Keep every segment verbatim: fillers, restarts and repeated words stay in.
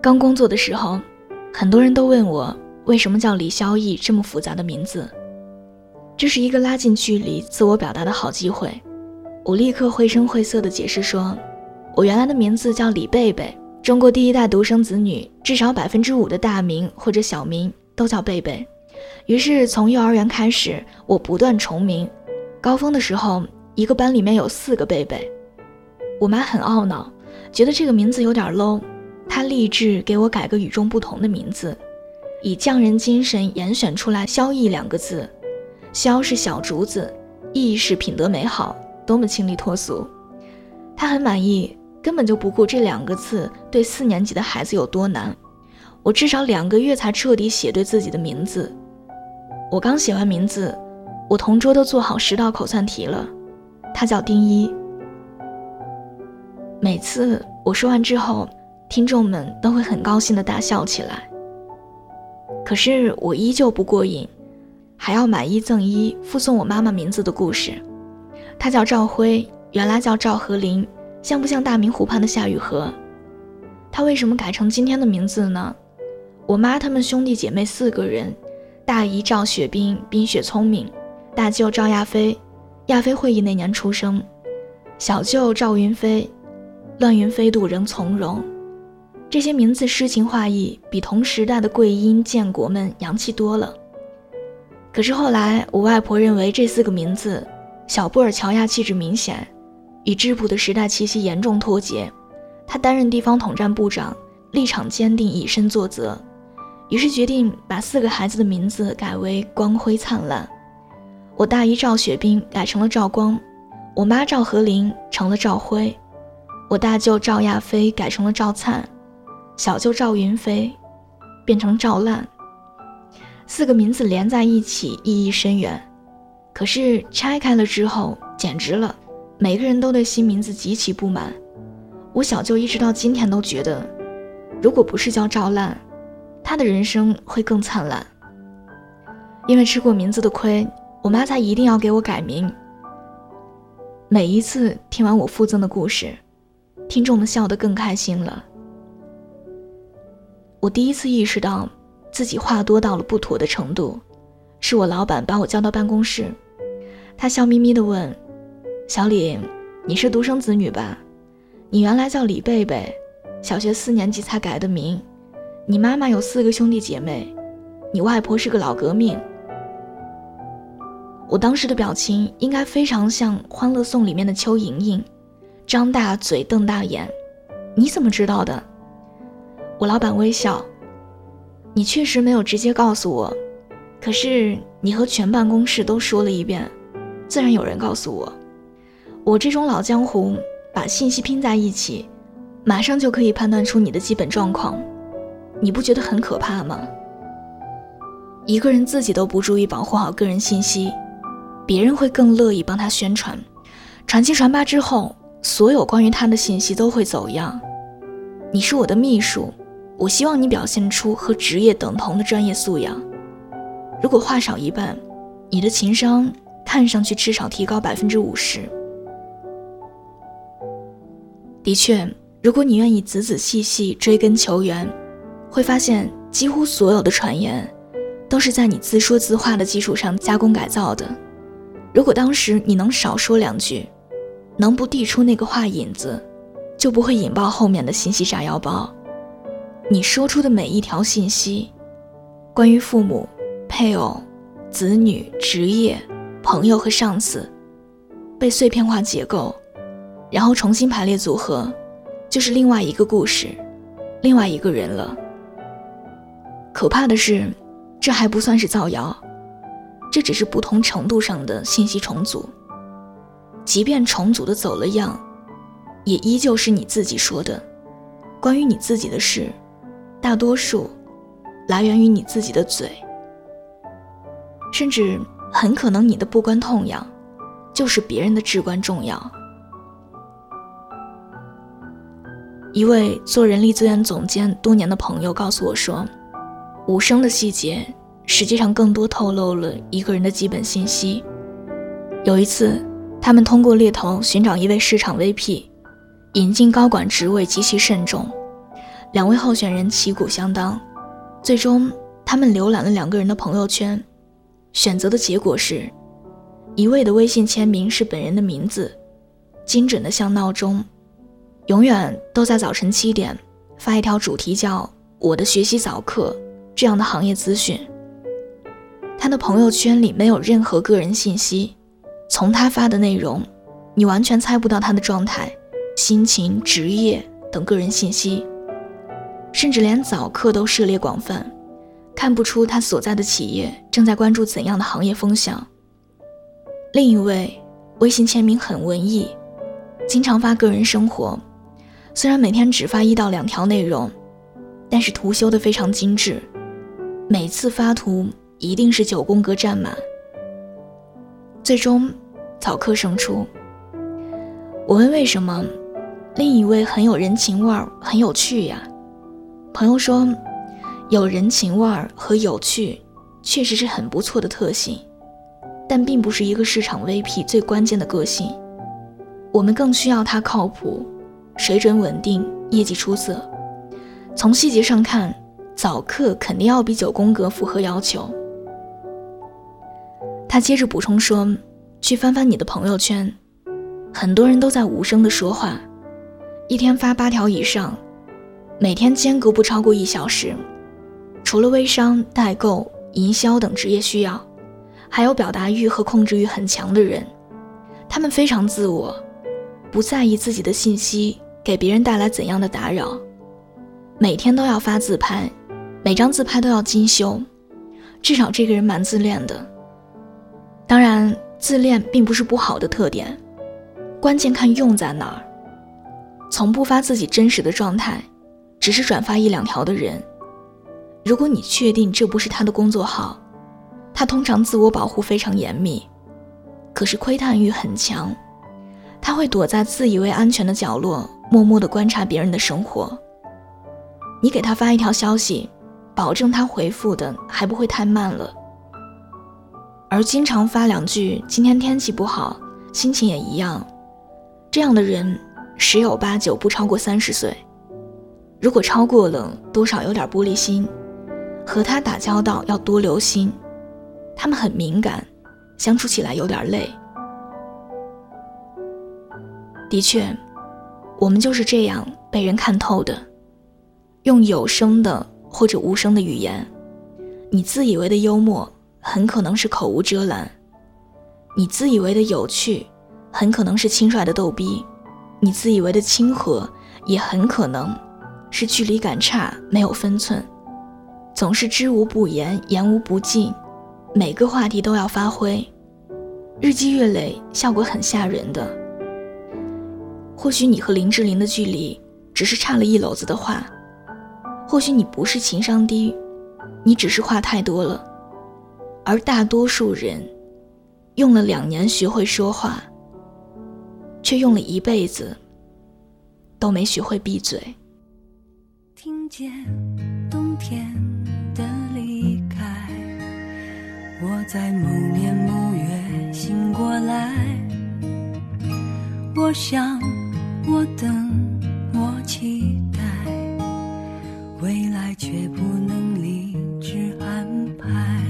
刚工作的时候，很多人都问我为什么叫李萧逸这么复杂的名字。这是一个拉近距离自我表达的好机会。我立刻绘声绘色地解释说，我原来的名字叫李贝贝，中国第一代独生子女，至少百分之五的大名或者小名都叫贝贝。于是从幼儿园开始，我不断重名，高峰的时候一个班里面有四个贝贝。我妈很懊恼，觉得这个名字有点 low， 她立志给我改个与众不同的名字，以匠人精神严选出来萧逸两个字。萧是小竹子，逸是品德美好，多么清丽脱俗。她很满意，根本就不顾这两个字对四年级的孩子有多难。我至少两个月才彻底写对自己的名字。我刚写完名字，我同桌都做好十道口算题了。他叫丁一。每次我说完之后，听众们都会很高兴地大笑起来。可是我依旧不过瘾，还要买一赠一附送我妈妈名字的故事。她叫赵辉，原来叫赵和林，像不像大明湖畔的夏雨荷？她为什么改成今天的名字呢？我妈他们兄弟姐妹四个人，大姨赵雪冰，冰雪聪明；大舅赵亚飞，亚飞会议那年出生；小舅赵云飞，乱云飞渡仍从容。这些名字诗情画意，比同时代的贵阴建国们洋气多了。可是后来我外婆认为这四个名字小布尔乔亚气质明显，与质朴的时代气息严重脱节。她担任地方统战部长，立场坚定，以身作则，于是决定把四个孩子的名字改为光辉灿烂。我大姨赵雪冰改成了赵光，我妈赵和林成了赵辉，我大舅赵亚飞改成了赵灿，小舅赵云飞变成赵烂。四个名字连在一起，意义深远。可是拆开了之后，简直了，每个人都对新名字极其不满。我小舅一直到今天都觉得，如果不是叫赵烂，他的人生会更灿烂。因为吃过名字的亏，我妈才一定要给我改名。每一次听完我附赠的故事，听众们笑得更开心了。我第一次意识到自己话多到了不妥的程度，是我老板把我叫到办公室，他笑眯眯地问：小李，你是独生子女吧？你原来叫李贝贝，小学四年级才改的名，你妈妈有四个兄弟姐妹，你外婆是个老革命。我当时的表情应该非常像《欢乐颂》里面的邱莹莹，张大嘴瞪大眼。你怎么知道的？我老板微笑，你确实没有直接告诉我，可是你和全办公室都说了一遍，自然有人告诉我。我这种老江湖，把信息拼在一起，马上就可以判断出你的基本状况，你不觉得很可怕吗？一个人自己都不注意保护好个人信息，别人会更乐意帮他宣传，传七传八之后，所有关于他的信息都会走样。你是我的秘书，我希望你表现出和职业等同的专业素养。如果话少一半，你的情商看上去至少提高百分之五十。的确，如果你愿意仔仔细细追根求源，会发现几乎所有的传言都是在你自说自话的基础上加工改造的。如果当时你能少说两句，能不递出那个话引子，就不会引爆后面的信息炸药包。你说出的每一条信息，关于父母、配偶、子女、职业、朋友和上司，被碎片化解构，然后重新排列组合，就是另外一个故事，另外一个人了。可怕的是，这还不算是造谣，这只是不同程度上的信息重组。即便重组的走了样，也依旧是你自己说的。关于你自己的事，大多数来源于你自己的嘴，甚至很可能你的不关痛痒，就是别人的至关重要。一位做人力资源总监多年的朋友告诉我说，无声的细节实际上更多透露了一个人的基本信息。有一次，他们通过猎头寻找一位市场 V P， 引进高管职位极其慎重。 两位候选人旗鼓相当，最终他们浏览了两个人的朋友圈，选择的结果是，一位的微信签名是本人的名字，精准的像闹钟，永远都在早晨七点发一条主题叫我的学习早课这样的行业资讯。他的朋友圈里没有任何个人信息，从他发的内容你完全猜不到他的状态、心情、职业等个人信息，甚至连早课都涉猎广泛，看不出他所在的企业正在关注怎样的行业风向。另一位微信签名很文艺，经常发个人生活，虽然每天只发一到两条内容，但是图修得非常精致，每次发图一定是九宫格占满。最终早课胜出。我问为什么，另一位很有人情味儿，很有趣呀。朋友说，有人情味儿和有趣确实是很不错的特性，但并不是一个市场 V P 最关键的个性。我们更需要他靠谱，水准稳定，业绩出色。从细节上看，早课肯定要比九宫格符合要求。他接着补充说，去翻翻你的朋友圈，很多人都在无声的说话，一天发八条以上，每天间隔不超过一小时。除了微商、代购、营销等职业需要，还有表达欲和控制欲很强的人，他们非常自我，不在意自己的信息给别人带来怎样的打扰，每天都要发自拍，每张自拍都要精修，至少这个人蛮自恋的。当然，自恋并不是不好的特点，关键看用在哪儿。从不发自己真实的状态，只是转发一两条的人，如果你确定这不是他的工作号，他通常自我保护非常严密，可是窥探欲很强，他会躲在自以为安全的角落，默默地观察别人的生活。你给他发一条消息，保证他回复的还不会太慢了。而经常发两句今天天气不好，心情也一样，这样的人十有八九不超过三十岁，如果超过了，多少有点玻璃心，和他打交道要多留心，他们很敏感，相处起来有点累。的确，我们就是这样被人看透的，用有声的或者无声的语言，你自以为的幽默很可能是口无遮拦，你自以为的有趣很可能是轻率的逗逼，你自以为的亲和也很可能是距离感差，没有分寸，总是知无不言，言无不尽，每个话题都要发挥，日积月累，效果很吓人的。或许你和林志玲的距离只是差了一篓子的话，或许你不是情商低，你只是话太多了，而大多数人用了两年学会说话，却用了一辈子都没学会闭嘴。 听见冬天的离开，我在某年某月醒过来，我想我等我期待，未来却不能理智安排。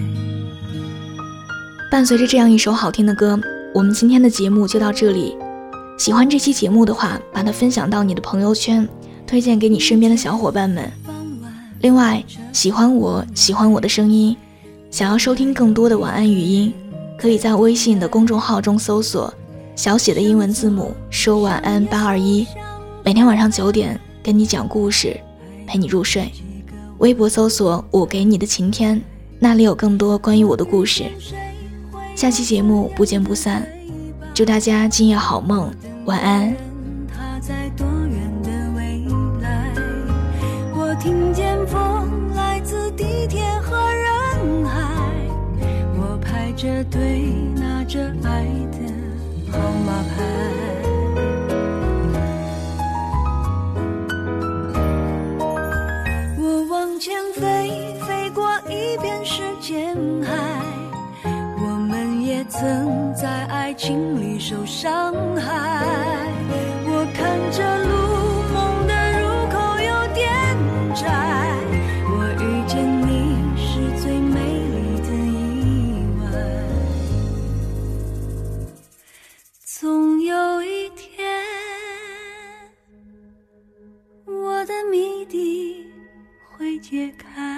伴随着这样一首好听的歌，我们今天的节目就到这里。喜欢这期节目的话，把它分享到你的朋友圈，推荐给你身边的小伙伴们。另外，喜欢我喜欢我的声音，想要收听更多的晚安语音，可以在微信的公众号中搜索小写的英文字母说晚安八二一，每天晚上九点跟你讲故事，陪你入睡。微博搜索我给你的晴天，那里有更多关于我的故事。下期节目不见不散，祝大家今夜好梦，晚安。 他在多远的未来，我听见风来自地铁和人海，我排着队拿着爱的号码牌，我往前飞，飞过一片时间海，我们也曾在爱情里受伤害，我看着路，梦的入口有点的谜底会解开。